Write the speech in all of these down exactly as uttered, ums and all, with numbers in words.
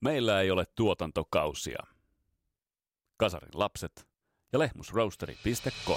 Meillä ei ole tuotantokausia. Kasarin lapset ja lehmusroasteri piste com.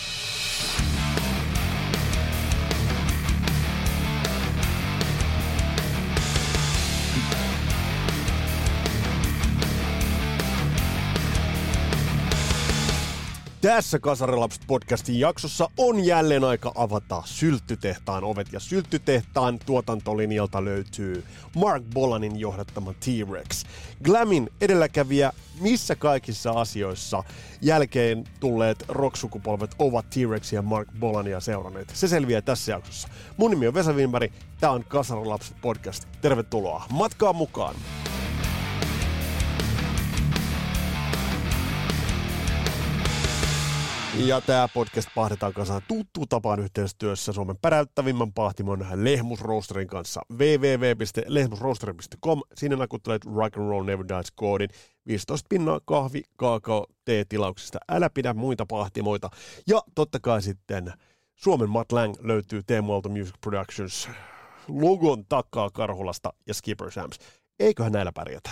Tässä Kasarilapset podcastin jaksossa on jälleen aika avata Sylttytehtaan ovet, ja Sylttytehtaan tuotantolinjalta löytyy Mark Bolanin johdattama T-Rex. Glamin edelläkävijä, missä kaikissa asioissa jälkeen tulleet rock-sukupolvet ovat T-Rexia ja Mark Bolania seuranneet. Se selviää tässä jaksossa. Mun nimi on Vesa Wienberg, tää on Kasarilapset podcast. Tervetuloa matkaan mukaan! Ja tämä podcast pahdetaan kasaan tuttuun tapaan yhteistyössä Suomen päräyttävimmän pahtimon Lehmusroasterin kanssa. double-u double-u double-u piste lehmusroasteri piste com. Sinne nakuttelet Rock and Roll Never Dies -koodin. viisitoista pinnaa kahvi, kaakao, tee-tilauksista. Älä pidä muita pahtimoita. Ja totta kai sitten Suomen Matt Lang löytyy Teemu Aalto Music Productions logon takaa Karhulasta ja Skipper Shams. Eiköhän näillä pärjätä.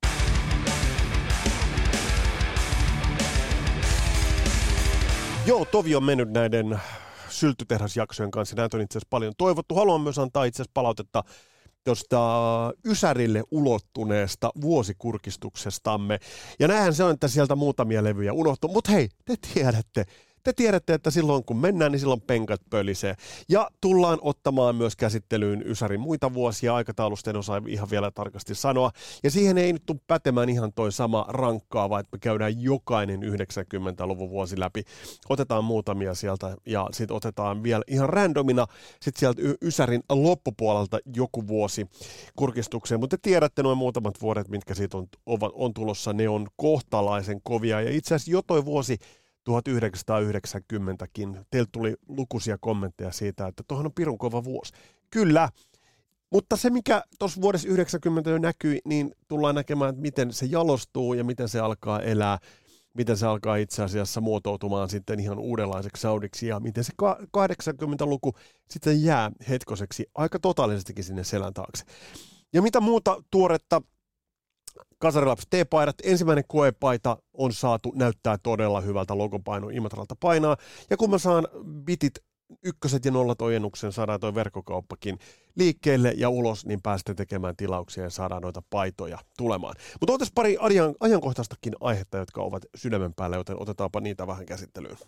Joo, tovi on mennyt näiden Sylttytehdasjaksojen kanssa. Näitä on itse asiassa paljon toivottu. Haluan myös antaa itse asiassa palautetta tuosta Ysärille ulottuneesta vuosikurkistuksestamme. Ja näinhän se on, että sieltä muutamia levyjä unohtuu. Mutta hei, te tiedätte. Te tiedätte, että silloin kun mennään, niin silloin penkat pölisee. Ja tullaan ottamaan myös käsittelyyn Ysärin muita vuosia. Aikataulusta en osaa ihan vielä tarkasti sanoa. Ja siihen ei nyt tule pätemään ihan toi sama rankkaa, vaan että me käydään jokainen yhdeksänkymmentäluvun vuosi läpi. Otetaan muutamia sieltä ja sitten otetaan vielä ihan randomina sitten sieltä Ysärin loppupuolelta joku vuosi kurkistukseen. Mutta te tiedätte noin muutamat vuodet, mitkä siitä on, on, on tulossa. Ne on kohtalaisen kovia. Ja itse asiassa jo toi vuosi tuhatyhdeksänsataayhdeksänkymmentäkin. Teiltä tuli lukuisia kommentteja siitä, että tuohon on pirun kova vuosi. Kyllä, mutta se mikä tuossa vuodessa yhdeksänkymmentä jo näkyi, niin tullaan näkemään, että miten se jalostuu ja miten se alkaa elää, miten se alkaa itse asiassa muotoutumaan sitten ihan uudenlaiseksi soundiksi ja miten se kahdeksankymmentäluku sitten jää hetkoseksi aika totaalisestikin sinne selän taakse. Ja mitä muuta tuoretta Kasarilapset T-paidat. Ensimmäinen koepaita on saatu näyttää todella hyvältä, logopaino Imatralta painaa. Ja kun mä saan bitit ykköset ja nollat ojennuksen, saadaan toi verkkokauppakin liikkeelle ja ulos, niin päästään tekemään tilauksia ja saadaan noita paitoja tulemaan. Mutta on tässä pari ajan, ajankohtaistakin aihetta, jotka ovat sydämen päällä, joten otetaanpa niitä vähän käsittelyyn.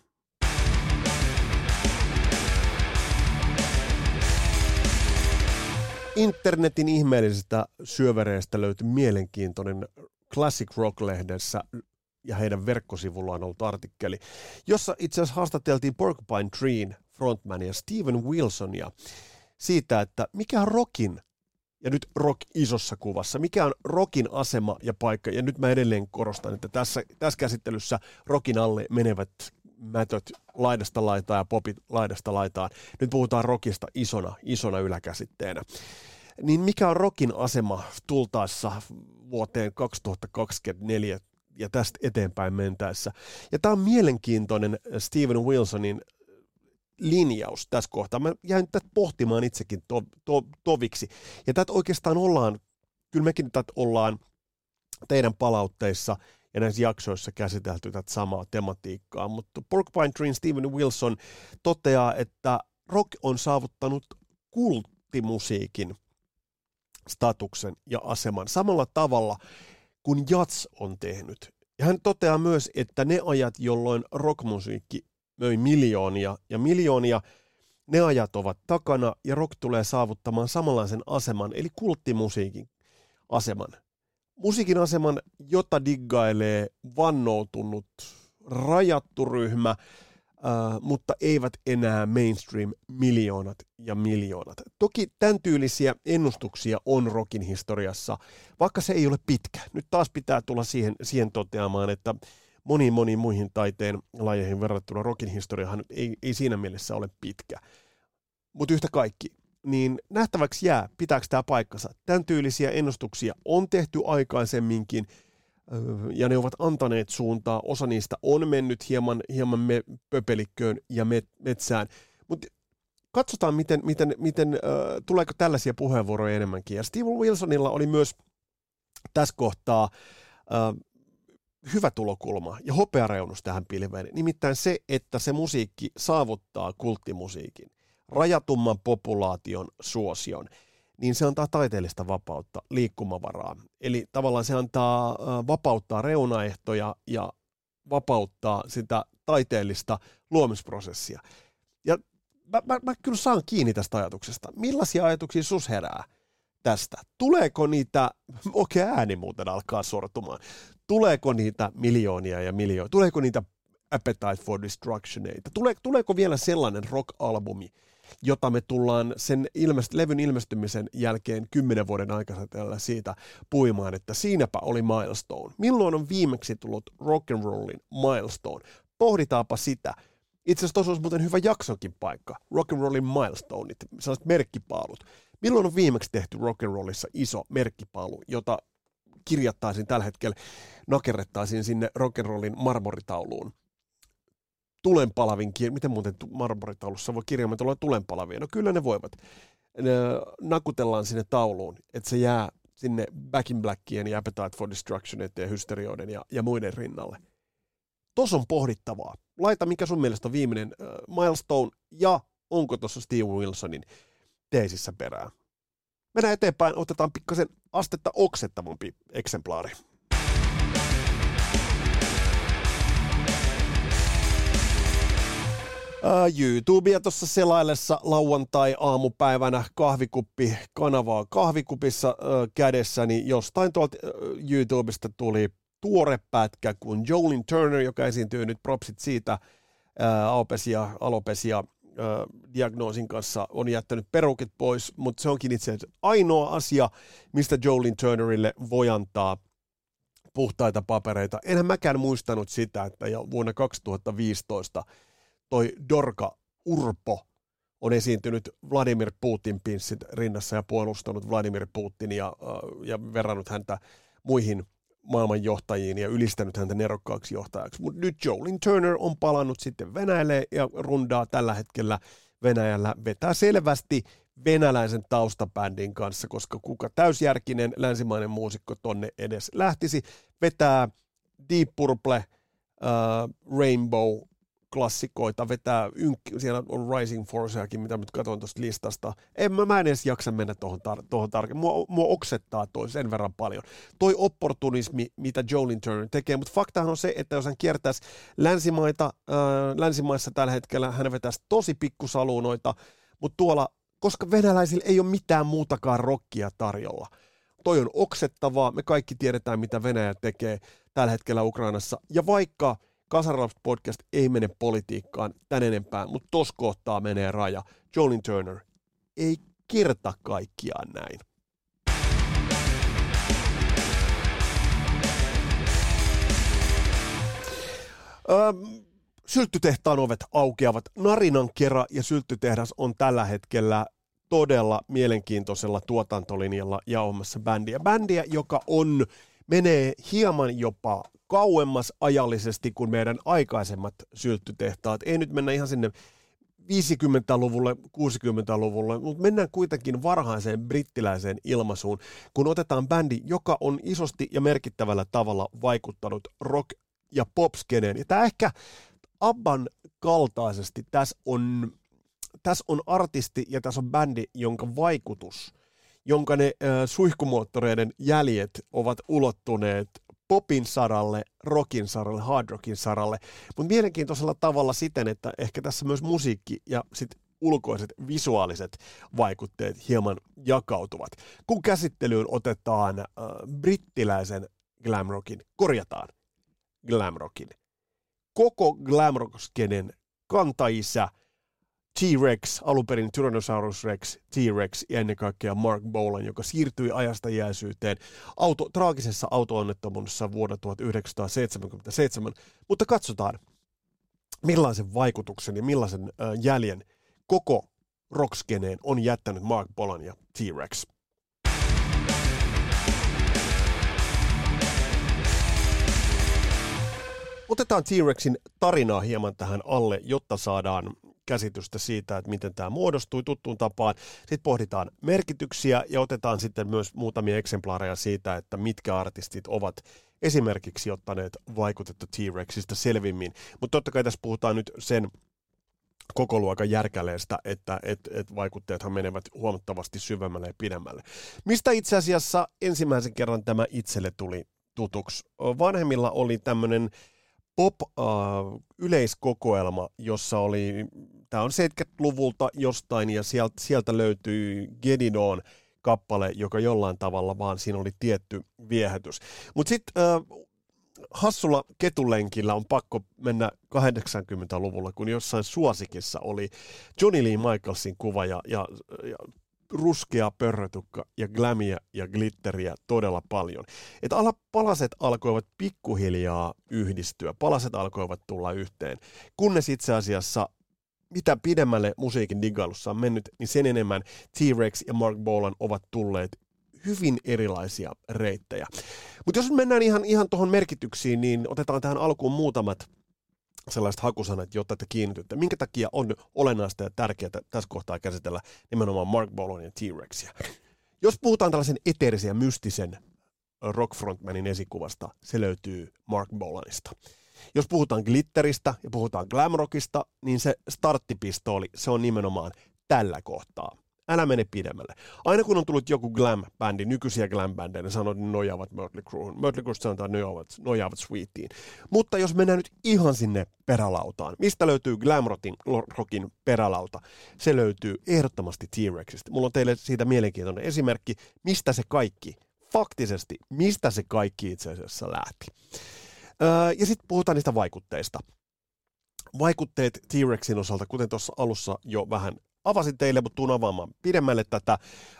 Internetin ihmeellisistä syövereistä löytyi mielenkiintoinen Classic Rock-lehdessä ja heidän verkkosivullaan ollut artikkeli, jossa itse asiassa haastateltiin Porcupine Treen frontmania Steven Wilsonia siitä, että mikä on rockin, ja nyt rock isossa kuvassa, mikä on rockin asema ja paikka, ja nyt mä edelleen korostan, että tässä, tässä käsittelyssä rockin alle menevät mätöt laidasta laitaan ja popit laidasta laitaan. Nyt puhutaan rockista isona, isona yläkäsitteenä. Niin mikä on rockin asema tultaessa vuoteen kaksituhattakaksikymmentäneljä ja tästä eteenpäin mentäessä? Ja tämä on mielenkiintoinen Steven Wilsonin linjaus tässä kohtaa. Mä jäin tätä pohtimaan itsekin to, to, toviksi. Ja tätä oikeastaan ollaan, kyllä mekin tätä ollaan teidän palautteissa ja näissä jaksoissa käsitelty tätä samaa tematiikkaa, mutta Porcupine Treen Steven Wilson toteaa, että rock on saavuttanut kulttimusiikin statuksen ja aseman samalla tavalla kuin jazz on tehnyt. Ja hän toteaa myös, että ne ajat, jolloin rockmusiikki möi miljoonia ja miljoonia, ne ajat ovat takana ja rock tulee saavuttamaan samanlaisen aseman, eli kulttimusiikin aseman. Musiikin aseman, jota diggailee vannoutunut, rajattu ryhmä, äh, mutta eivät enää mainstream miljoonat ja miljoonat. Toki tämän tyylisiä ennustuksia on rockin historiassa, vaikka se ei ole pitkä. Nyt taas pitää tulla siihen, siihen toteamaan, että moniin moniin muihin taiteen lajeihin verrattuna rockin historiahan ei, ei siinä mielessä ole pitkä. Mutta yhtä kaikki. Niin nähtäväksi jää, pitääkö tämä paikkansa. Tämän tyylisiä ennustuksia on tehty aikaisemminkin, ja ne ovat antaneet suuntaa. Osa niistä on mennyt hieman, hieman me, pöpelikköön ja met, metsään. Mutta katsotaan, miten, miten, miten äh, tuleeko tällaisia puheenvuoroja enemmänkin. Ja Steven Wilsonilla oli myös tässä kohtaa äh, hyvä tulokulma ja hopeareunus tähän pilveen, nimittäin se, että se musiikki saavuttaa kulttimusiikin, rajatumman populaation suosion, niin se antaa taiteellista vapautta, liikkumavaraa. Eli tavallaan se antaa äh, vapauttaa reunaehtoja ja vapauttaa sitä taiteellista luomisprosessia. Ja mä, mä, mä kyllä saan kiinni tästä ajatuksesta. Millaisia ajatuksia sus herää tästä? Tuleeko niitä, okei okay, ääni muuten alkaa sortumaan, tuleeko niitä miljoonia ja miljoonia, tuleeko niitä Appetite for Destructioneita, Tule, tuleeko vielä sellainen rock-albumi, jota me tullaan sen ilmest- levyn ilmestymisen jälkeen kymmenen vuoden aikaisemmin siitä puimaan, että siinäpä oli milestone. Milloin on viimeksi tullut rock'n'rollin milestone? Pohditaanpa sitä. Itse asiassa tuossa olisi muuten hyvä jaksonkin paikka. Rock'n'rollin milestoneit, sellaiset merkkipaalut. Milloin on viimeksi tehty rock'n'rollissa iso merkkipaalu, jota kirjattaisiin tällä hetkellä, nakerrettaisiin sinne rock'n'rollin marmoritauluun? Tulenpalavin kirja, miten muuten marmoritaulussa voi kirjaimet olla tulenpalavia? No kyllä ne voivat. Ne nakutellaan sinne tauluun, että se jää sinne Back in Blackien ja Appetite for Destructioneiden ja Hysterioiden ja, ja muiden rinnalle. Tuossa on pohdittavaa. Laita, mikä sun mielestä on viimeinen äh, milestone ja onko tuossa Steve Wilsonin teesissä perään. Mennään eteenpäin, otetaan pikkasen astetta oksettavampi eksemplaari. Uh, YouTubea tuossa selaillessa lauantai-aamupäivänä kahvikuppi kanavaa kahvikupissa uh, kädessäni. Jostain tuolta uh, YouTubesta tuli tuore pätkä kuin Jolene Turner, joka esiintyy nyt, propsit siitä, uh, alopesia, alopesia uh, diagnoosin kanssa on jättänyt perukit pois, mutta se onkin itse asiassa ainoa asia, mistä Jolene Turnerille voi antaa puhtaita papereita. Enhän mäkään muistanut sitä, että jo vuonna kaksituhattaviisitoista toi Dorka Urpo on esiintynyt Vladimir Putin pinssit rinnassa ja puolustanut Vladimir Putinia äh, ja verrannut häntä muihin maailmanjohtajiin ja ylistänyt häntä nerokkaaksi johtajaksi. Mutta nyt Jolene Turner on palannut sitten Venäjälle ja rundaa tällä hetkellä Venäjällä, vetää selvästi venäläisen taustabändin kanssa, koska kuka täysjärkinen länsimainen muusikko tonne edes lähtisi, vetää Deep Purple, äh, Rainbow, klassikoita, vetää ynkki, siellä on Rising Forceakin, mitä nyt katson tuosta listasta. En mä, mä en edes jaksa mennä tuohon tar- tarkemmin. Mua, mua oksettaa toi sen verran paljon. Toi opportunismi, mitä Jolene Turner tekee, mutta faktahan on se, että jos hän kiertäisi länsimaita, äh, länsimaissa tällä hetkellä hän vetäisi tosi pikkusaluunoita, mutta tuolla, koska venäläisillä ei ole mitään muutakaan rockia tarjolla. Toi on oksettavaa, me kaikki tiedetään, mitä Venäjä tekee tällä hetkellä Ukrainassa, ja vaikka Kasarilapset-podcast ei mene politiikkaan tän enempää, mutta tos kohtaa menee raja. Jolene Turner ei kerta kaikkiaan näin. Öö, sylttytehtaan ovet aukeavat. Narinan kera ja sylttytehdas on tällä hetkellä todella mielenkiintoisella tuotantolinjalla jaomassa bändiä. Bändiä, joka on, menee hieman jopa kauemmas ajallisesti kuin meidän aikaisemmat sylttytehtaat. Ei nyt mennä ihan sinne viisikymmentäluvulle, kuusikymmentäluvulle, mutta mennään kuitenkin varhaiseen brittiläiseen ilmaisuun, kun otetaan bändi, joka on isosti ja merkittävällä tavalla vaikuttanut rock- ja pop-skeneen. Ja tämä ehkä Abban kaltaisesti tässä on, tässä on artisti ja tässä on bändi, jonka vaikutus, jonka ne äh, suihkumoottoreiden jäljet ovat ulottuneet popin saralle, rockin saralle, hard rockin saralle, mutta mielenkiintoisella tavalla siten, että ehkä tässä myös musiikki ja sit ulkoiset visuaaliset vaikutteet hieman jakautuvat. Kun käsittelyyn otetaan äh, brittiläisen glamrockin, korjataan glamrockin, koko glamrock-skenen kantaisä T-Rex, alunperin Tyrannosaurus Rex, T-Rex ja ennen kaikkea Mark Bolan, joka siirtyi ajasta jääsyyteen auto, traagisessa auto-onnettomuudessa vuonna tuhatyhdeksänsataaseitsemänkymmentäseitsemän. Mutta katsotaan, millaisen vaikutuksen ja millaisen äh, jäljen koko rockskeneen on jättänyt Mark Bolan ja T-Rex. Otetaan T-Rexin tarinaa hieman tähän alle, jotta saadaan käsitystä siitä, että miten tämä muodostui tuttuun tapaan. Sitten pohditaan merkityksiä ja otetaan sitten myös muutamia eksemplaareja siitä, että mitkä artistit ovat esimerkiksi ottaneet vaikutetta T-Rexistä selvimmin. Mutta totta kai tässä puhutaan nyt sen koko luokan järkäleestä, että et, et vaikutteethan menevät huomattavasti syvemmälle ja pidemmälle. Mistä itse asiassa ensimmäisen kerran tämä itselle tuli tutuksi? Vanhemmilla oli tämmöinen pop-yleiskokoelma, jossa oli, tämä on seitsemänkymmentäluvulta jostain, ja sieltä, sieltä löytyy Get It On kappale, joka jollain tavalla vaan siinä oli tietty viehätys. Mutta sitten äh, hassulla ketulenkillä on pakko mennä kahdeksankymmentäluvulla, kun jossain suosikissa oli Johnny Lee Michaelsin kuva ja, ja, ja ruskea pörrötukka ja glamia ja glitteriä todella paljon. Että ala, palaset alkoivat pikkuhiljaa yhdistyä, palaset alkoivat tulla yhteen, kunnes itse asiassa mitä pidemmälle musiikin digailussa on mennyt, niin sen enemmän T-Rex ja Mark Bolan ovat tulleet hyvin erilaisia reittejä. Mutta jos mennään ihan, ihan tuohon merkityksiin, niin otetaan tähän alkuun muutamat sellaiset hakusanat, jotta te kiinnitytte. Minkä takia on olennaista ja tärkeää tässä kohtaa käsitellä nimenomaan Mark Bolan ja T-Rexia? Jos puhutaan tällaisen eteerisen ja mystisen rock-frontmanin esikuvasta, se löytyy Mark Bolanista. Jos puhutaan glitteristä ja puhutaan glamrockista, niin se starttipistooli, se on nimenomaan tällä kohtaa. Älä mene pidemmälle. Aina kun on tullut joku glam-bändi, nykyisiä glam-bändejä, ne sanoo, että ne nojaavat Mötley Crüe:hun. Mötley Crüe sanotaan, että ne nojaavat, nojaavat Sweetiin. Mutta jos mennään nyt ihan sinne perälautaan, mistä löytyy glam-rockin perälauta? Se löytyy ehdottomasti T-Rexistä. Mulla on teille siitä mielenkiintoinen esimerkki, mistä se kaikki, faktisesti, mistä se kaikki itse asiassa lähti. Öö, ja sitten puhutaan niistä vaikutteista. Vaikutteet T-Rexin osalta, kuten tuossa alussa jo vähän avasin teille, mutta tuun avaamaan pidemmälle tätä.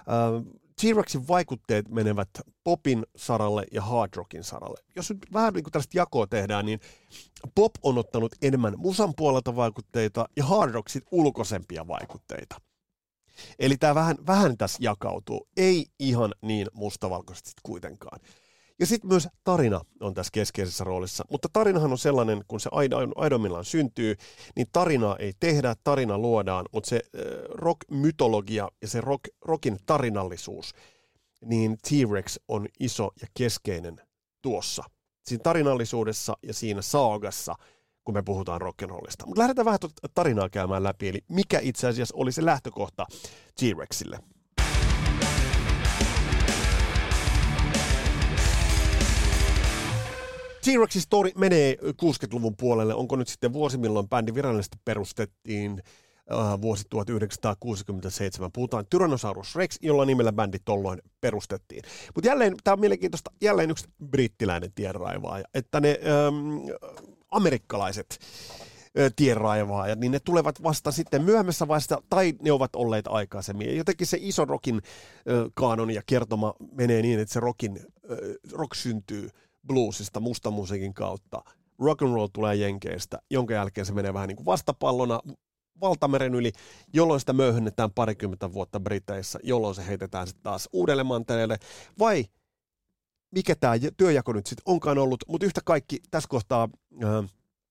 T-Rexin vaikutteet menevät popin saralle ja hard rockin saralle. Jos nyt vähän niin kuin tällaista jakoa tehdään, niin pop on ottanut enemmän musan puolelta vaikutteita ja hard rock sit ulkoisempia vaikutteita. Eli tämä vähän, vähän tässä jakautuu. Ei ihan niin mustavalkoisesti kuitenkaan. Ja sitten myös tarina on tässä keskeisessä roolissa, mutta tarinahan on sellainen, kun se aidommillaan syntyy, niin tarinaa ei tehdä, tarina luodaan, mutta se rock-mytologia ja se rock, rockin tarinallisuus, niin T-Rex on iso ja keskeinen tuossa. Siinä tarinallisuudessa ja siinä saagassa, kun me puhutaan rock'n'rollista. Mutta lähdetään vähän tarinaa käymään läpi, eli mikä itse asiassa oli se lähtökohta T-Rexille. T-Rexin story menee kuusikymmentäluvun puolelle. Onko nyt sitten vuosi, milloin bändi virallisesti perustettiin? Äh, vuosi tuhatyhdeksänsataakuusikymmentäseitsemän. Puhutaan Tyrannosaurus Rex, jolla nimellä bändi tolloin perustettiin. Mutta jälleen, tämä on mielenkiintoista, jälleen yksi brittiläinen tienraivaaja, että ne ähm, amerikkalaiset äh, tienraivaajat, niin ne tulevat vasta sitten myöhemmässä vaiheessa, tai ne ovat olleet aikaisemmin. Ja jotenkin se iso rockin äh, kaanon ja kertoma menee niin, että se rockin, äh, rock syntyy bluesista, musta musiikin kautta. Rock and roll tulee Jenkeistä, jonka jälkeen se menee vähän niin kuin vastapallona valtameren yli, jolloin sitä möyhennetään parikymmentä vuotta Briteissä, jolloin se heitetään sitten taas uudelle mantereelle. Vai mikä tämä työjako nyt sitten onkaan ollut, mutta yhtä kaikki tässä kohtaa äh,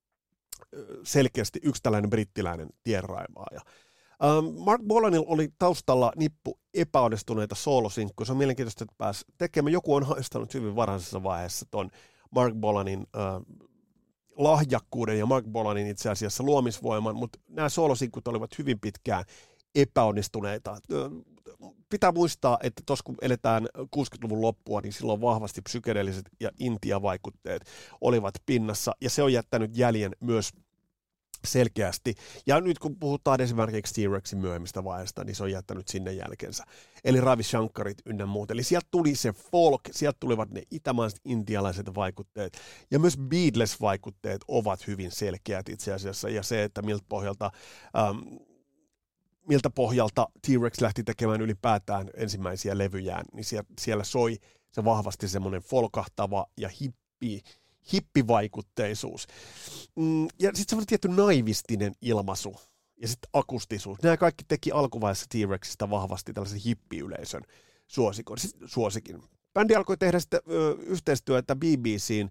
selkeästi yksi tällainen brittiläinen tienraivaaja. Ähm, Mark Bolanilla oli taustalla nippu epäonnistuneita soolosinkkuja. Se on mielenkiintoista, että pääsi tekemään. Joku on haistanut hyvin varhaisessa vaiheessa ton Mark Bolanin äh, lahjakkuuden ja Mark Bolanin itse asiassa luomisvoiman, mutta nämä soolosinkut olivat hyvin pitkään epäonnistuneita. Äh, pitää muistaa, että tuossa kun eletään kuusikymmentäluvun loppua, niin silloin vahvasti psykedeelliset ja Intia-vaikutteet olivat pinnassa, ja se on jättänyt jäljen myös selkeästi. Ja nyt kun puhutaan esimerkiksi T-Rexin myöhemmistä vaiheista, niin se on jättänyt sinne jälkensä. Eli Ravi Shankarit ynnä muut. Eli sieltä tuli se folk, sieltä tulivat ne itämaiset intialaiset vaikutteet. Ja myös Beatles-vaikutteet ovat hyvin selkeät itse asiassa. Ja se, että miltä pohjalta, ähm, miltä pohjalta T-Rex lähti tekemään ylipäätään ensimmäisiä levyjään, niin siellä, siellä soi se vahvasti semmoinen folkahtava ja hippi hippivaikutteisuus. Mm, ja sitten semmoinen tietty naivistinen ilmaisu ja sitten akustisuus. Nämä kaikki teki alkuvaiheessa T-Rexistä vahvasti tällaisen hippiyleisön suosikon, suosikin. Bändi alkoi tehdä sitten ö, yhteistyötä B B C:n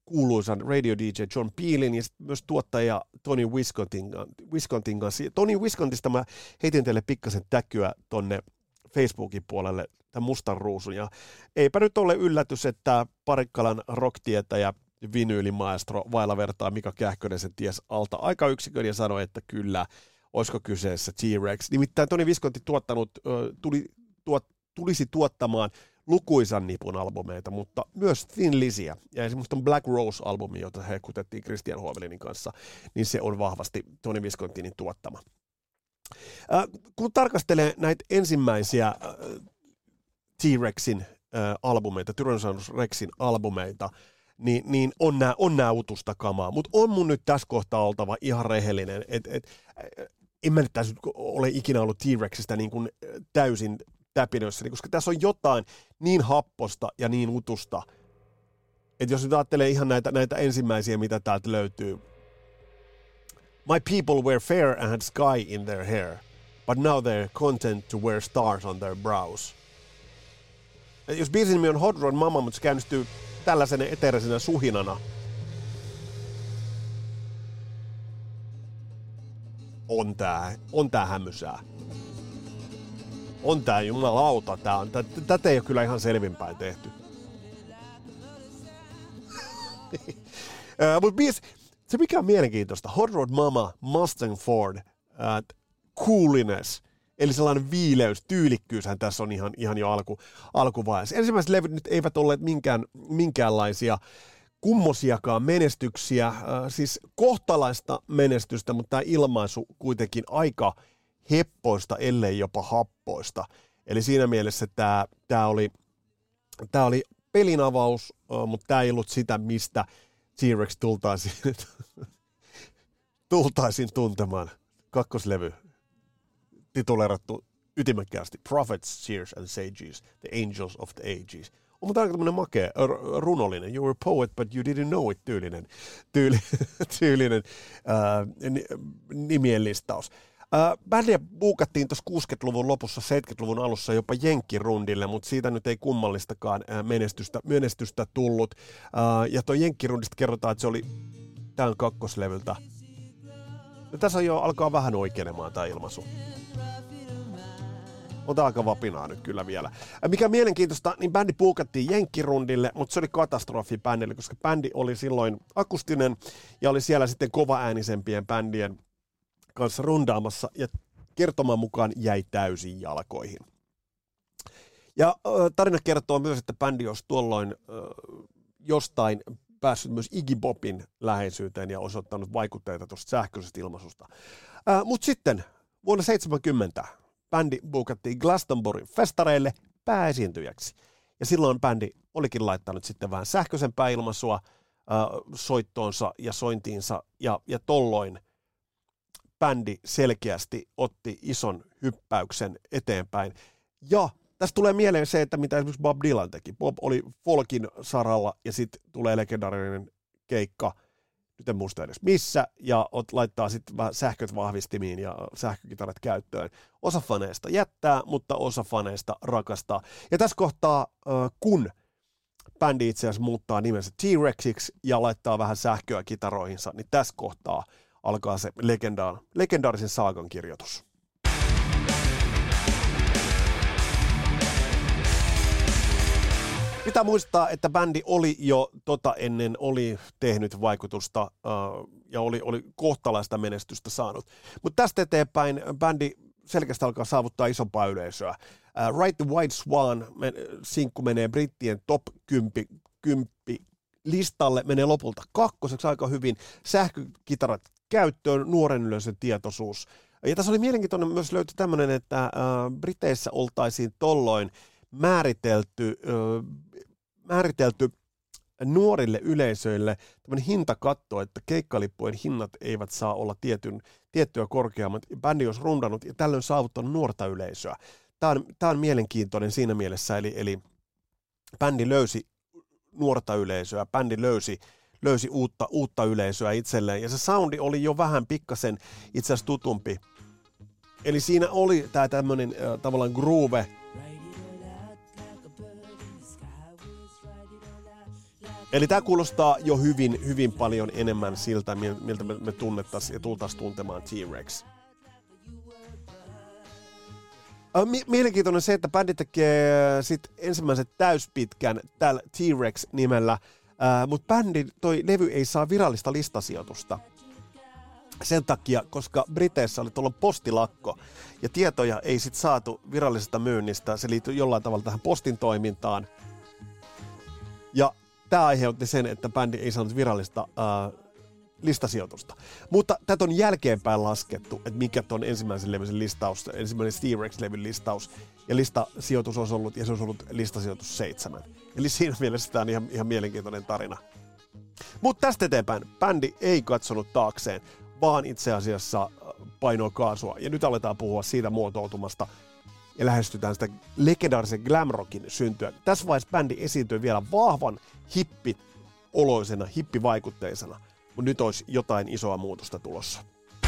kuuluisan radio D J John Peelin ja myös tuottaja Tony Viscontin, Viscontin kanssa. Tony Viscontista mä heitin teille pikkasen täkyä tonne Facebookin puolelle tämän mustan ruusun. Ja eipä nyt ole yllätys, että Parikkalan rocktietäjä vinyylimaestro vailla vertaa Mika Kähkönen sen ties alta aikayksikön ja sanoi, että kyllä, olisiko kyseessä T-Rex. Nimittäin Tony Visconti tuottanut, tuli, tuot, tulisi tuottamaan lukuisan nipun albumeita, mutta myös Thin Lizzyä. Ja esimerkiksi ton Black Rose-albumi, jota he kutettiin Christian Hovelinin kanssa, niin se on vahvasti Tony Viscontinin tuottama. Äh, kun tarkastelee näitä ensimmäisiä äh, T-Rexin äh, albumeita, Tyrannosaurus Rexin albumeita, niin, niin on nämä on nää utusta kamaa. Mutta on mun nyt tässä kohtaa oltava ihan rehellinen, että et, en mä nyt tässä ole ikinä ollut T-Rexistä niin kuin täysin täpinöissäni, koska tässä on jotain niin happosta ja niin utusta, että jos nyt ajattelee ihan näitä, näitä ensimmäisiä, mitä täältä löytyy. My people were fair and had sky in their hair, but now they're content to wear stars on their brows. Jos biisin nimi on Hot Rod Mama, mutta se käynnistyy tällaisena eteerisenä suhinana, on tää, on tää hämysää. On tää jumalauta, tää on, tätä ei ole kyllä ihan selvinpäin tehty. uh, Mutta biisi, se mikä on mielenkiintoista, Hot Rod Mama, Mustang Ford, uh, cooliness, eli sellainen viileys, tyylikkyyshän tässä on ihan, ihan jo alku, alkuvaiheessa. Ensimmäiset levyt nyt eivät olleet minkään, minkäänlaisia kummosiakaan menestyksiä, äh, siis kohtalaista menestystä, mutta tämä ilmaisu kuitenkin aika heppoista, ellei jopa happoista. Eli siinä mielessä tämä, tämä, oli, tämä oli pelin avaus, äh, mutta tämä ei ollut sitä, mistä T-Rex tultaisiin, tultaisiin tuntemaan. Kakkoslevy tituleerattu ytimekkäästi Prophets, Seers and Sages, the Angels of the Ages. On mutta aika tämmöinen makea, runollinen, you were a poet but you didn't know it tyylinen, tyyli, tyylinen äh, nimien listaus. Äh, bändiä buukattiin tuossa kuusikymmentäluvun lopussa, seitsemänkymmentäluvun alussa jopa jenkkirundille, mutta siitä nyt ei kummallistakaan äh, menestystä, menestystä tullut. Äh, ja tuo jenkkirundista kerrotaan, että se oli tämän kakkoslevyltä. Ja tässä jo alkaa vähän oikeenemaan tämä ilmaisu. On tää aika vapinaa nyt kyllä vielä. Mikä on mielenkiintoista, niin bändi puukattiin jenkkirundille, mutta se oli katastrofi bändille, koska bändi oli silloin akustinen ja oli siellä sitten kovaäänisempien bändien kanssa rundaamassa ja kertoman mukaan jäi täysin jalkoihin. Ja äh, tarina kertoo myös, että bändi olisi tuolloin äh, jostain päässyt myös Iggy Popin läheisyyteen ja osoittanut vaikutteita tuosta sähköisestä ilmaisusta. Äh, mutta sitten vuonna seitsemänkymmentä bändi buukattiin Glastonburyn festareille pääesiintyjäksi. Ja silloin bändi olikin laittanut sitten vähän sähköisempää ilmaisua äh, soittoonsa ja sointiinsa. Ja, ja tolloin bändi selkeästi otti ison hyppäyksen eteenpäin. Ja tästä tulee mieleen se, että mitä esimerkiksi Bob Dylan teki. Bob oli folkin saralla ja sitten tulee legendaarinen keikka, nyt en muista edes missä, ja laittaa sitten sähköt vahvistimiin ja sähkökitarat käyttöön. Osa faneista jättää, mutta osa faneista rakastaa. Ja tässä kohtaa, kun bändi itse asiassa muuttaa nimensä T-Rexiksi ja laittaa vähän sähköä kitaroihinsa, niin tässä kohtaa alkaa se legendaar- legendaarisen saagan kirjoitus. Pitää muistaa, että bändi oli jo tota ennen oli tehnyt vaikutusta uh, ja oli, oli kohtalaista menestystä saanut. Mutta tästä eteenpäin bändi selkeästi alkaa saavuttaa isompaa yleisöä. Uh, Ride the White Swan sinkku menee brittien top kymmenen listalle, menee lopulta kakkoseksi aika hyvin. Sähkökitarat käyttöön, nuoren yleisön tietoisuus. Ja tässä oli mielenkiintoinen myös löytyi tämmöinen, että uh, Briteissä oltaisiin tolloin määritelty, ö, määritelty nuorille yleisöille tämmöinen hintakatto, että keikkalippujen hinnat eivät saa olla tietyn, tiettyä korkeammat. Bändi olisi rundannut ja tällöin saavuttanut nuorta yleisöä. Tämä on, tämä on mielenkiintoinen siinä mielessä, eli, eli bändi löysi nuorta yleisöä, bändi löysi, löysi uutta, uutta yleisöä itselleen, ja se soundi oli jo vähän pikkasen itse asiassa tutumpi. Eli siinä oli tämä tämmöinen äh, tavallaan groove, Eli tämä kuulostaa jo hyvin, hyvin paljon enemmän siltä, miltä me, me tunnettaisiin ja tultaisiin tuntemaan T-Rex. Mielenkiintoinen se, että bändi tekee sit ensimmäisen täyspitkän tällä T-Rex-nimellä, mutta bändin toi levy ei saa virallista listasijoitusta. Sen takia, koska Briteissä oli tuolla postilakko ja tietoja ei sit saatu virallisesta myynnistä, se liittyy jollain tavalla tähän postin toimintaan. Ja tämä aiheutti sen, että bändi ei saanut virallista ää, listasijoitusta. Mutta tätä on jälkeenpäin laskettu, että mikä ton ensimmäisen levyn listaus, ensimmäinen T-Rex-levyn listaus ja listasijoitus olisi ollut, ja se olisi ollut listasijoitus seitsemän. Eli siinä mielessä tämä on ihan, ihan mielenkiintoinen tarina. Mutta tästä eteenpäin bändi ei katsonut taakseen, vaan itse asiassa painoi kaasua. Ja nyt aletaan puhua siitä muotoutumasta ja lähestytään sitä legendaarisen glam rockin syntyä. Tässä vaiheessa bändi esiintyy vielä vahvan hippi-oloisena, hippivaikutteisena, mutta nyt olisi jotain isoa muutosta tulossa.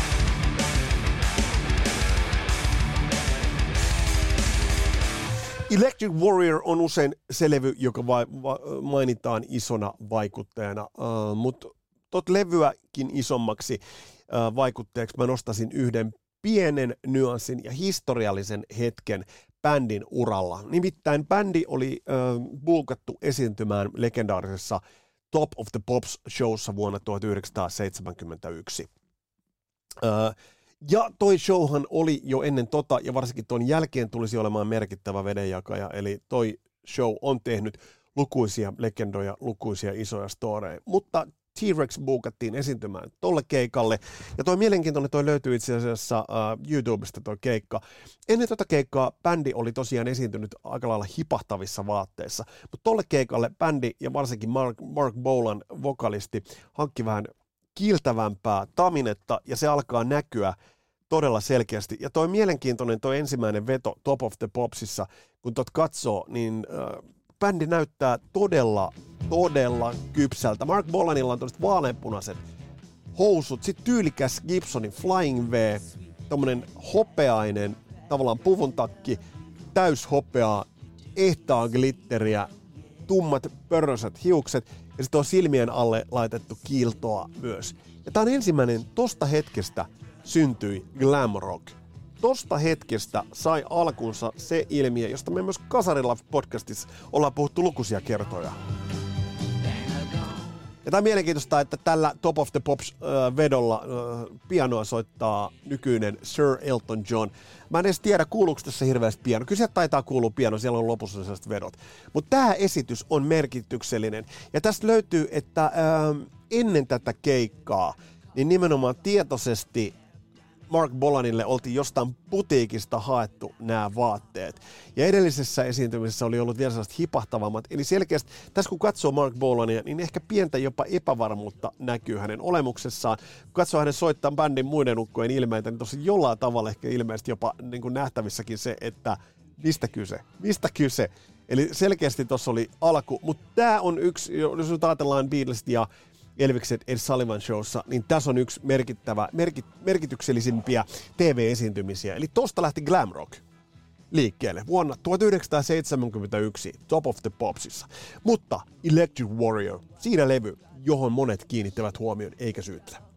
Electric Warrior on usein se levy, joka va- va- mainitaan isona vaikuttajana, uh, mutta tot levyäkin isommaksi uh, vaikutteeksi mä nostaisin yhden pienen nyanssin ja historiallisen hetken bändin uralla. Nimittäin bändi oli uh, buukattu esiintymään legendaarisessa Top of the Pops showssa vuonna tuhatyhdeksänsataaseitsemänkymmentäyksi. Uh, Ja toi showhan oli jo ennen tota, ja varsinkin ton jälkeen tulisi olemaan merkittävä vedenjakaja, eli toi show on tehnyt lukuisia legendoja, lukuisia isoja storeja, mutta T-Rex buukattiin esiintymään tolle keikalle, ja toi mielenkiintoinen, toi löytyy itse asiassa uh, YouTubesta toi keikka. Ennen tota keikkaa bändi oli tosiaan esiintynyt aika lailla hipahtavissa vaatteissa, mutta tolle keikalle bändi ja varsinkin Mark, Mark Bolan vokalisti hankki vähän kiiltävämpää taminetta, ja se alkaa näkyä todella selkeästi. Ja toi mielenkiintoinen toi ensimmäinen veto Top of the Popsissa, kun tot katsoo, niin äh, bändi näyttää todella, todella kypsältä. Mark Bolanilla on toiset vaaleanpunaiset housut, sit tyylikäs Gibsonin Flying V, tommonen hopeainen, tavallaan puvuntakki, täyshopeaa, ehtaa glitteriä, tummat pörröiset hiukset, ja sitten on silmien alle laitettu kiiltoa myös. Ja tää on ensimmäinen, tosta hetkestä syntyi glam rock. Tosta hetkestä sai alkunsa se ilmiö, josta me myös Kasarilla podcastissa ollaan puhuttu lukuisia kertoja. Ja tää on mielenkiintoista, että tällä Top of the Pops äh, vedolla äh, pianoa soittaa nykyinen Sir Elton John. Mä en edes tiedä, kuuluuko tässä hirveästi piano. Kyllä sieltä taitaa kuulua piano, siellä on lopussa sellaiset vedot. Mutta tämä esitys on merkityksellinen. Ja tästä löytyy, että äh, ennen tätä keikkaa, niin nimenomaan tietoisesti Mark Bolanille oltiin jostain putiikista haettu nämä vaatteet. Ja edellisessä esiintymisessä oli ollut vielä sellaiset hipahtavammat. Eli selkeästi, tässä kun katsoo Mark Bolania, niin ehkä pientä jopa epävarmuutta näkyy hänen olemuksessaan. Kun katsoo hänen soittaa bändin muiden ukkojen ilmeitä, niin tosi jollain tavalla ehkä ilmeisesti jopa niin kuin nähtävissäkin se, että mistä kyse, mistä kyse. Eli selkeästi tuossa oli alku, mutta tämä on yksi, jos nyt ajatellaan Beatlesit ja Elviksen Ed Sullivan showssa, niin tässä on yksi merkittävä, merkit, merkityksellisimpiä T V-esiintymisiä. Eli tosta lähti glam rock liikkeelle vuonna tuhatyhdeksänsataaseitsemänkymmentäyksi Top of the Popsissa. Mutta Electric Warrior, siinä levy, johon monet kiinnittävät huomioon eikä syyttä.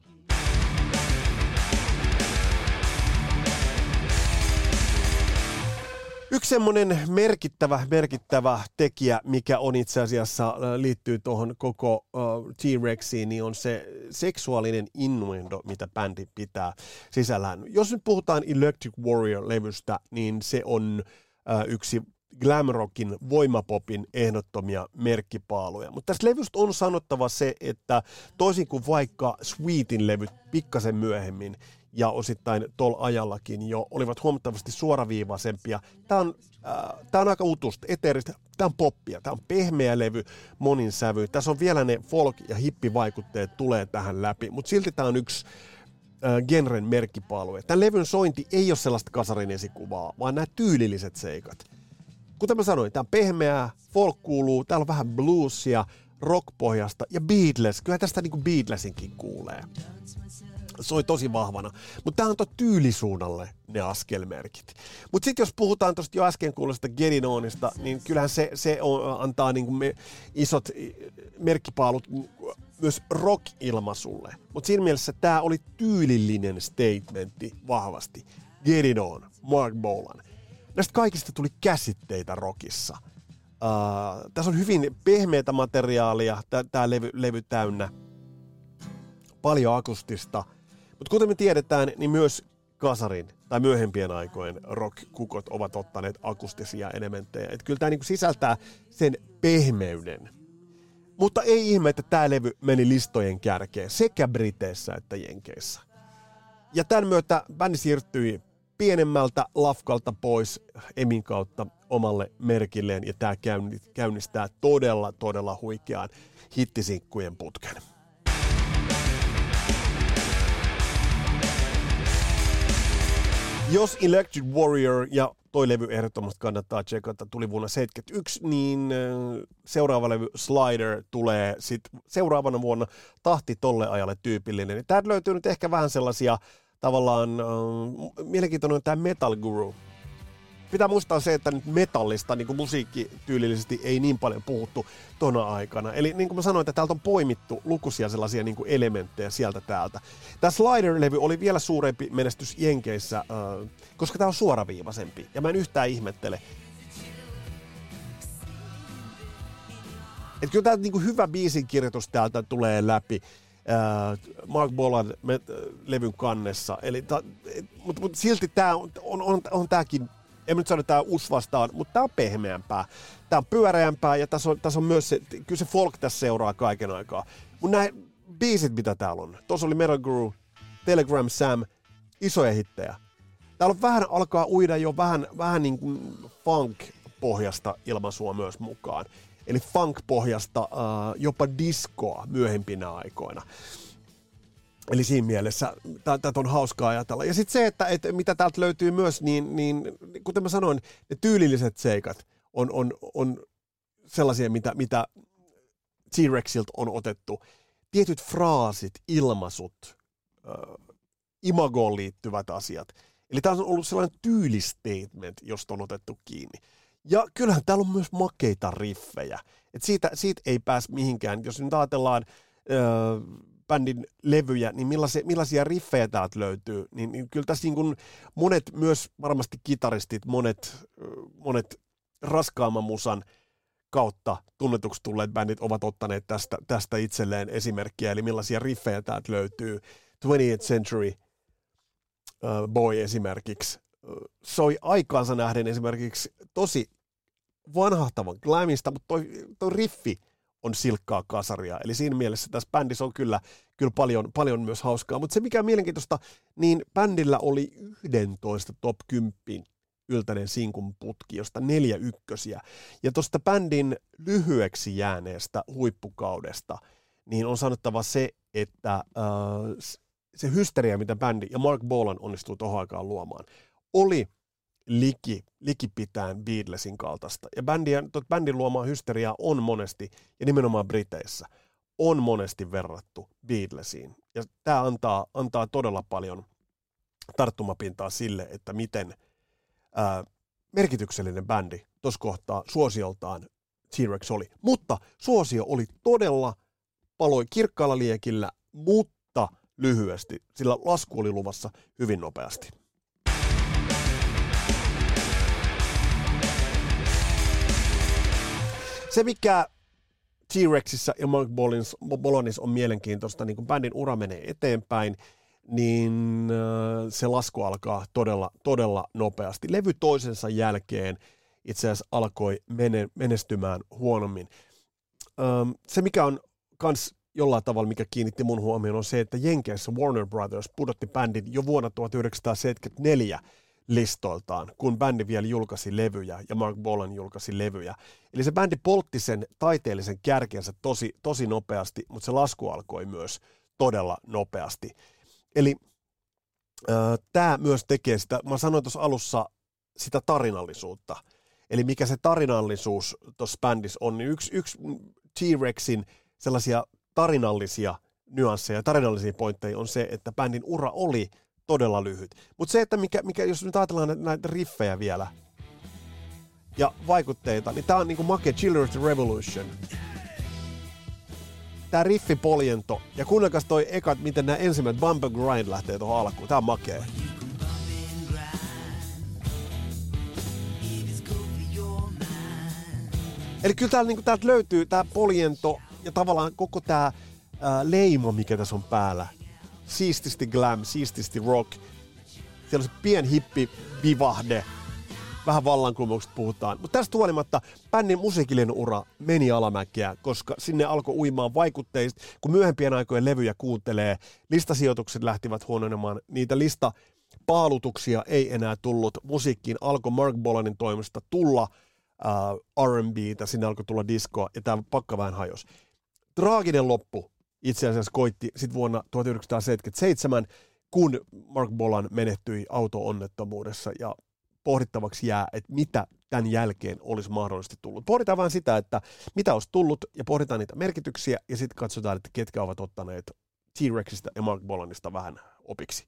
Yksi semmoinen merkittävä, merkittävä tekijä, mikä on itse asiassa liittyy tuohon koko uh, T-Rexiin, niin on se seksuaalinen innuendo, mitä bändi pitää sisällään. Jos nyt puhutaan Electric Warrior-levystä, niin se on uh, yksi glam rockin, voimapopin ehdottomia merkkipaaluja. Mutta tästä levystä on sanottava se, että toisin kuin vaikka Sweetin levyt pikkasen myöhemmin, ja osittain tol ajallakin jo olivat huomattavasti suoraviivaisempia. Tämä on, äh, tää on aika utusta, eteeristä, tämä on poppia, tämä on pehmeä levy, monin sävy. Tässä on vielä ne folk- ja hippivaikutteet tulee tähän läpi, mutta silti tämä on yksi äh, genren merkkipaalue. Tämän levyn sointi ei ole sellaista kasarin esikuvaa, vaan nämä tyylilliset seikat. Kuten mä sanoin, tämä on pehmeää, folk kuuluu, täällä on vähän bluesia, rockpohjasta ja Beatles, kyllä tästä niinku Beatlesinkin kuulee. soi tosi vahvana. Mutta tämä antoi tyylisuunnalle ne askelmerkit. Mutta sitten jos puhutaan tuosta jo äsken kuulosta Getting Onista, niin kyllähän se, se on, antaa niinku me isot merkkipaalut myös rock-ilmaisulle. Mutta siinä mielessä tämä oli tyylillinen statementti vahvasti. Getting On, Mark Bolan. Näistä kaikista tuli käsitteitä rockissa. Uh, tässä on hyvin pehmeätä materiaalia, tämä levy, levy täynnä. Paljon akustista. Mutta kuten me tiedetään, niin myös kasarin tai myöhempien aikojen rock-kukot ovat ottaneet akustisia elementtejä. Et kyllä tämä niinku sisältää sen pehmeyden. Mutta ei ihme, että tämä levy meni listojen kärkeen sekä Briteissä että Jenkeissä. Ja tämän myötä bändi siirtyi pienemmältä lafkalta pois Emin kautta omalle merkilleen, ja tämä käynnistää todella, todella huikean hittisinkkujen putken. Jos Electric Warrior ja toi levy ehdottomasti kannattaa tsekata, tuli vuonna seitsemänkymmentäyksi, niin seuraava levy Slider tulee sitten seuraavana vuonna, tahti tolle ajalle tyypillinen. Täältä löytyy nyt ehkä vähän sellaisia tavallaan, äh, mielenkiintoinen on tämä Metal Guru. Pitää muistaa se, että nyt metallista niin kuin musiikkityylillisesti ei niin paljon puhuttu tona aikana. Eli niin kuin mä sanoin, että täältä on poimittu lukuisia sellaisia niin kuin elementtejä sieltä täältä. Tämä Slider-levy oli vielä suurempi menestys Jenkeissä, äh, koska tämä on suoraviivaisempi. Ja mä en yhtään ihmettele. Että kyllä tämä niin kuin hyvä biisinkirjoitus täältä tulee läpi. Uh, Mark Bolan met, uh, levyn kannessa. Eli ta, et, mut, mut silti tää on, on, on, on tääkin, en nyt sano, että tää on us vastaan, mutta tää on pehmeämpää. Tää on pyöreämpää ja tässä on, täs on myös se, kyllä se folk tässä seuraa kaiken aikaa. Mut nää biisit, mitä täällä on. Tuossa oli Metal Guru, Telegram Sam, isoja hittejä. Täällä on vähän, alkaa uida jo vähän, vähän niin kuin funk-pohjasta ilmaisua myös mukaan. Eli funk-pohjasta, uh, jopa diskoa myöhempinä aikoina. Eli siinä mielessä tätä on hauskaa ajatella. Ja sitten se, että, että mitä täältä löytyy myös, niin, niin kuten mä sanoin, ne tyylilliset seikat on, on, on sellaisia, mitä, mitä T-Rexiltä on otettu. Tietyt fraasit, ilmaisut, uh, imagoon liittyvät asiat. Eli tämä on ollut sellainen tyylistatement, josta on otettu kiinni. Ja kyllähän täällä on myös makeita riffejä. Et siitä, siitä ei pääse mihinkään. Jos nyt ajatellaan öö, bändin levyjä, niin millaisia, millaisia riffejä täältä löytyy. Niin, niin kyllä tässä niin kuin monet, myös varmasti kitaristit, monet, monet raskaamman musan kautta tunnetuksi tulleet bändit ovat ottaneet tästä, tästä itselleen esimerkkiä. Eli millaisia riffejä täältä löytyy. twentieth Century uh, Boy esimerkiksi. Soi aikaansa nähden esimerkiksi tosi vanhahtavan glamista, mutta toi, toi riffi on silkkaa kasaria. Eli siinä mielessä tässä bändissä on kyllä, kyllä paljon, paljon myös hauskaa. Mutta se mikä on mielenkiintoista, niin bändillä oli yksitoista top kymmenen yltäneen sinkun putki, josta neljä ykkösiä. Ja tuosta bändin lyhyeksi jääneestä huippukaudesta, niin on sanottava se, että äh, se hysteria, mitä bändi ja Mark Bolan onnistuu tohon aikaan luomaan, oli liki, likipitään Beatlesin kaltaista. Ja bändien, bändin luomaa hysteriaa on monesti, ja nimenomaan Briteissä, on monesti verrattu Beatlesiin. Ja tämä antaa, antaa todella paljon tarttumapintaa sille, että miten ää, merkityksellinen bändi tuossa kohtaa suosioltaan T-Rex oli. Mutta suosio oli todella, paloi kirkkaalla liekillä, mutta lyhyesti, sillä lasku oli luvassa hyvin nopeasti. Se, mikä T-Rexissä ja Mark Bolanissa on mielenkiintoista, niin kun bändin ura menee eteenpäin, niin se lasku alkaa todella, todella nopeasti. Levy toisensa jälkeen itse asiassa alkoi menestymään huonommin. Se, mikä on kans jollain tavalla, mikä kiinnitti mun huomioon, on se, että Jenkeissä Warner Brothers pudotti bändin jo vuonna tuhatyhdeksänsataaseitsemänkymmentäneljä listoiltaan, kun bändi vielä julkaisi levyjä ja Mark Bolan julkaisi levyjä. Eli se bändi poltti sen taiteellisen kärkensä tosi, tosi nopeasti, mutta se lasku alkoi myös todella nopeasti. Eli äh, tämä myös tekee sitä, mä sanoin tuossa alussa, sitä tarinallisuutta. Eli mikä se tarinallisuus tuossa bändissä on, niin yksi, yksi T-Rexin sellaisia tarinallisia nyansseja ja tarinallisia pointteja on se, että bändin ura oli todella lyhyt. Mutta se, että mikä, mikä, jos nyt ajatellaan näitä riffejä vielä ja vaikutteita, niin tää on niinku makea Children of the Revolution. Tää riffipoljento ja kuunnelkas toi ekat, miten nämä ensimmäiset bump and grind lähtee tuohon alkuun. Tää on makea. Eli kyllä täällä, niin täältä löytyy tää poljento ja tavallaan koko tää ää, leima, mikä tässä on päällä. Siististi glam, siististi rock. Siellä on se pien hippi vivahde. Vähän vallankumouksesta puhutaan. Mutta tästä huolimatta bändin musiikillinen ura meni alamäkeä, koska sinne alkoi uimaan vaikutteista. Kun myöhempien aikojen levyjä kuuntelee, listasijoitukset lähtivät huononemaan. Niitä listapaalutuksia ei enää tullut. Musiikkiin alkoi Mark Bolanin toimesta tulla Uh, R and B:tä, sinne alkoi tulla diskoa, ja tämä pakka vähän hajosi. Traaginen loppu itse asiassa koitti sitten vuonna tuhatyhdeksänsataaseitsemänkymmentäseitsemän, kun Mark Bolan menehtyi auto-onnettomuudessa, ja pohdittavaksi jää, että mitä tämän jälkeen olisi mahdollisesti tullut. Pohditaan vaan sitä, että mitä olisi tullut, ja pohditaan niitä merkityksiä, ja sitten katsotaan, että ketkä ovat ottaneet T-Rexistä ja Mark Bolanista vähän opiksi.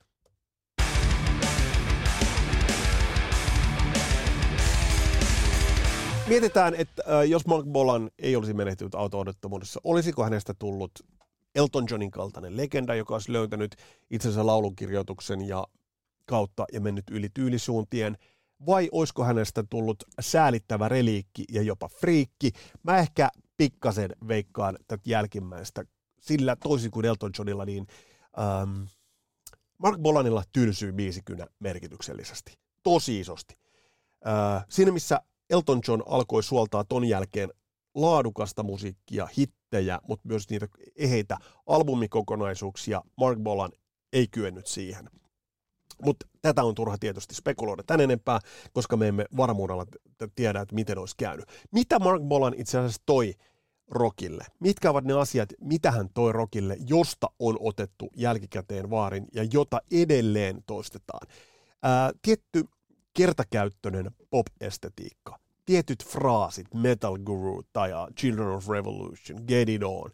Mietitään, että äh, jos Mark Bolan ei olisi menehtynyt auto-onnettomuudessa, olisiko hänestä tullut Elton Johnin kaltainen legenda, joka olisi löytänyt itsensä laulunkirjoituksen ja kautta ja mennyt yli tyylisuuntien, vai olisiko hänestä tullut säälittävä reliikki ja jopa friikki? Mä ehkä pikkasen veikkaan tätä jälkimmäistä, sillä toisin kuin Elton Johnilla, niin ähm, Mark Bolanilla tylsyi biisi kyllä merkityksellisesti, tosi isosti. Äh, siinä missä Elton John alkoi suoltaa ton jälkeen laadukasta musiikkia, hittejä, mutta myös niitä eheitä albumikokonaisuuksia. Mark Bolan ei kyennyt siihen. Mutta tätä on turha tietysti spekuloida tän enempää, koska me emme varmuudella tiedä, että miten olisi käynyt. Mitä Mark Bolan itse asiassa toi rockille? Mitkä ovat ne asiat, mitä hän toi rockille, josta on otettu jälkikäteen vaarin ja jota edelleen toistetaan? Ää, tietty kertakäyttöinen pop-estetiikka. Tietyt fraasit, Metal Guru tai Children of Revolution, Get It On,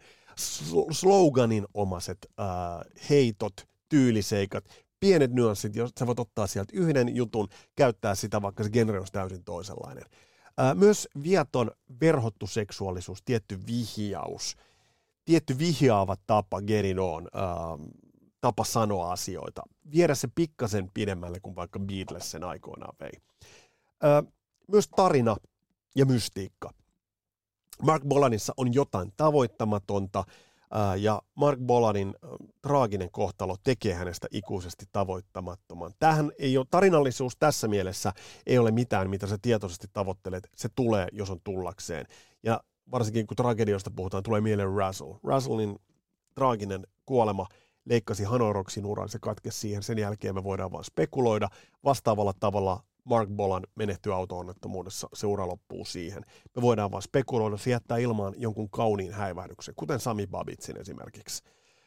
sloganin omaiset äh, heitot, tyyliseikat, pienet nyanssit, jos sä voit ottaa sieltä yhden jutun, käyttää sitä, vaikka se genre olisi täysin toisenlainen. Äh, myös viaton verhottu seksuaalisuus, tietty vihjaus, tietty vihjaava tapa, Get It On, äh, tapa sanoa asioita, viedä se pikkasen pidemmälle kuin vaikka Beatles sen aikoinaan vei. Öö, myös tarina ja mystiikka. Mark Bolanissa on jotain tavoittamatonta, öö, ja Mark Bolanin öö, traaginen kohtalo tekee hänestä ikuisesti tavoittamattoman. Tämähän ei ole, tarinallisuus tässä mielessä ei ole mitään, mitä sä tietoisesti tavoittelet. Se tulee, jos on tullakseen. Ja varsinkin kun tragedioista puhutaan, tulee mieleen Russell. Russellin traaginen kuolema leikkasi Hanoroksin uran, se katkesi siihen, sen jälkeen me voidaan vaan spekuloida. Vastaavalla tavalla Mark Bolan menehtyy auto-onnettomuudessa, se ura loppuu siihen. Me voidaan vaan spekuloida, se jättää ilmaan jonkun kauniin häivähdyksen, kuten Sami Babitsin esimerkiksi.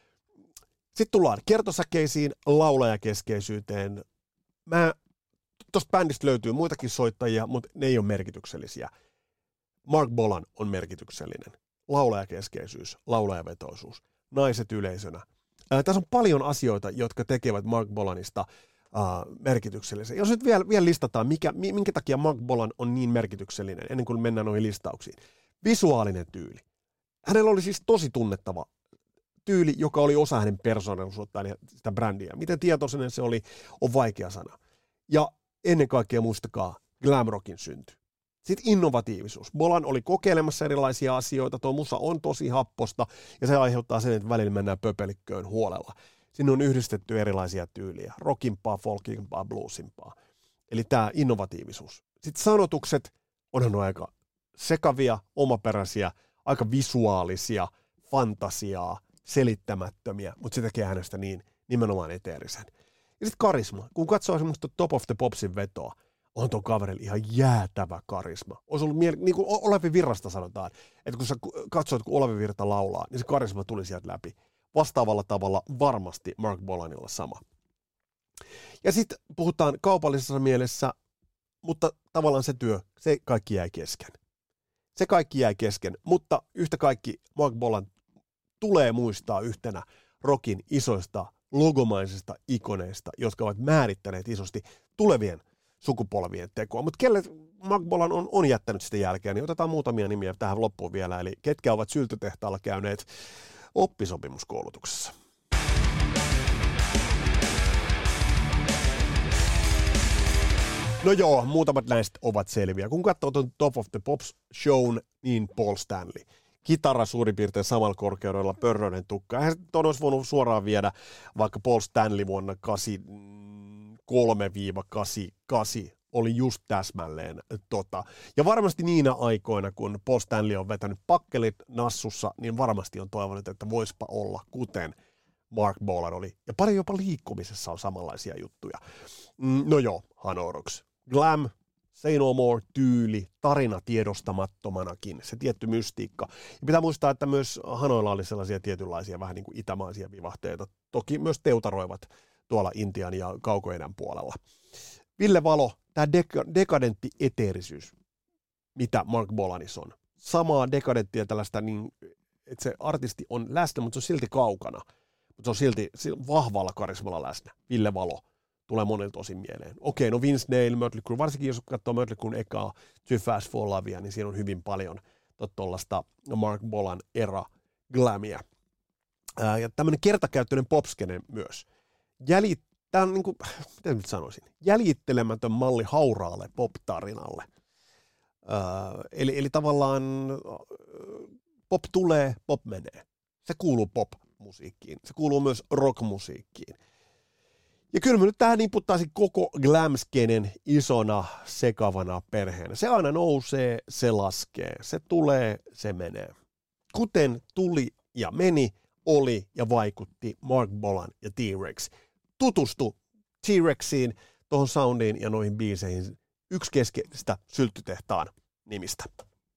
Sitten tullaan kertosäkeisiin, laulajakeskeisyyteen. Mä, tosta bändistä löytyy muitakin soittajia, mutta ne ei ole merkityksellisiä. Mark Bolan on merkityksellinen. Laulajakeskeisyys, laulajavetoisuus, naiset yleisönä. Ää, tässä on paljon asioita, jotka tekevät Mark Bolanista ää, merkityksellisen. Jos nyt vielä, vielä listataan, mikä, minkä takia Mark Bolan on niin merkityksellinen, ennen kuin mennään noihin listauksiin. Visuaalinen tyyli. Hänellä oli siis tosi tunnettava tyyli, joka oli osa hänen persoonallisuuttaan ja sitä brändiä. Miten tietoinen se oli, on vaikea sana. Ja ennen kaikkea muistakaa glam rockin synty. Sitten innovatiivisuus. Bolan oli kokeilemassa erilaisia asioita, tuo musa on tosi happosta, ja se aiheuttaa sen, että välillä mennään pöpelikköön huolella. Sinne on yhdistetty erilaisia tyyliä, rockimpaa, folkimpaa, bluesimpaa. Eli tämä innovatiivisuus. Sitten sanotukset onhan aika sekavia, omaperäisiä, aika visuaalisia, fantasiaa, selittämättömiä, mutta se tekee hänestä niin nimenomaan eteerisen. Ja sitten karisma. Kun katsoo semmoista Top of the Popsin vetoa, on tuon kaverilla ihan jäätävä karisma. Olisi ollut miele- niin kuin Olavi Virrasta sanotaan, että kun sä katsoit, kun Olavi Virta laulaa, niin se karisma tuli sieltä läpi. Vastaavalla tavalla varmasti Mark Bolanilla sama. Ja sitten puhutaan kaupallisessa mielessä, mutta tavallaan se työ, se kaikki jäi kesken. Se kaikki jäi kesken, mutta yhtä kaikki Mark Bolan tulee muistaa yhtenä rockin isoista logomaisista ikoneista, jotka ovat määrittäneet isosti tulevien sukupolvien tekoa. Mutta kelle Mark Bolan on, on jättänyt sitä jälkeen, niin otetaan muutamia nimiä tähän loppuun vielä. Eli ketkä ovat syltytehtaalla käyneet oppisopimuskoulutuksessa. No joo, muutamat näistä ovat selviä. Kun katsoo tuon Top of the Pops shown, niin Paul Stanley. Kitara suurin piirtein samalla korkeudella, pörröinen tukka. Eihän tuon olisi voinut suoraan viedä vaikka Paul Stanley vuonna kahdeksankymmentäkolme kahdeksankymmentäkahdeksan oli just täsmälleen tota. Ja varmasti niinä aikoina, kun Paul Stanley on vetänyt pakkelit nassussa, niin varmasti on toivonut, että voispa olla kuten Mark Bolan oli. Ja paljon jopa liikkumisessa on samanlaisia juttuja. No joo, Hanoroks. Glam, Say No More, tyyli, tarina tiedostamattomanakin, se tietty mystiikka. Ja pitää muistaa, että myös Hanoilla oli sellaisia tietynlaisia vähän niin kuin itämaisia vivahteita. Toki myös teutaroivat tuolla Intian ja Kaukoidän puolella. Ville Valo, tämä dek- dekadentti eteerisyys, mitä Mark Bolanissa on. Samaa dekadenttia tällaista, niin, että se artisti on läsnä, mutta se on silti kaukana. Mutta se on silti vahvalla karismalla läsnä. Ville Valo tulee monilta osin mieleen. Okei, no Vince Neil, Mötley Crüe, varsinkin jos katsoo Mötley Crüen ekaa Too Fast for Lovea, niin siinä on hyvin paljon tuollaista Mark Bolan era glamia. Ää, ja tämmöinen kertakäyttöinen popskene myös. Jäljit, tämä on niin kuin, miten nyt sanoisin, jäljittelemätön malli hauraalle pop-tarinalle. Ää, eli, eli tavallaan pop tulee, pop menee. Se kuuluu pop-musiikkiin, se kuuluu myös rock-musiikkiin. Ja kyllä mä nyt tähän niputtaisin koko glam-skenen isona sekavana perheenä. Se aina nousee, se laskee, se tulee, se menee. Kuten tuli ja meni, oli ja vaikutti Mark Bolan ja T-Rex. Tutustu T-Rexiin, tuohon soundiin ja noihin biiseihin yksi keskeistä sylttytehtaan nimistä.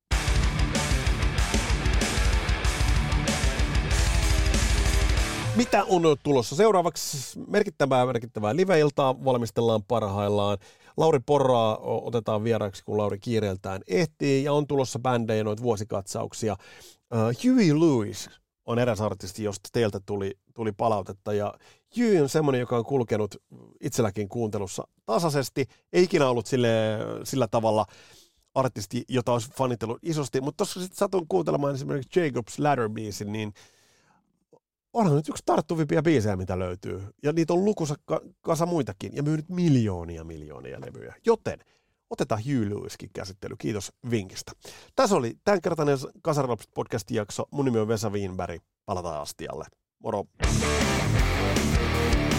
Mitä on tulossa? Seuraavaksi merkittävää, merkittävää live-iltaa valmistellaan parhaillaan. Lauri Porraa otetaan vieraaksi, kun Lauri kiireeltään ehtii, ja on tulossa bändejä, noita vuosikatsauksia. Uh, Huey Lewis on eräs artisti, josta teiltä tuli, tuli palautetta, ja Huey on semmoinen, joka on kulkenut itselläkin kuuntelussa tasaisesti, ei ikinä ollut sille, sillä tavalla artisti, jota olisi fanitellut isosti, mutta tuossa sitten satun kuuntelemaan esimerkiksi Jacob's Ladder-biisin, niin onhan nyt yksi tarttuvimpia biisejä, mitä löytyy. Ja niitä on lukuisa kasa muitakin. Ja myynyt miljoonia miljoonia levyjä. Joten otetaan Huey Lewiskin käsittely. Kiitos vinkistä. Tässä oli tämänkertainen Kasarilapset podcastin jakso. Mun nimi on Vesa Wienberg. Palataan astialle. Moro!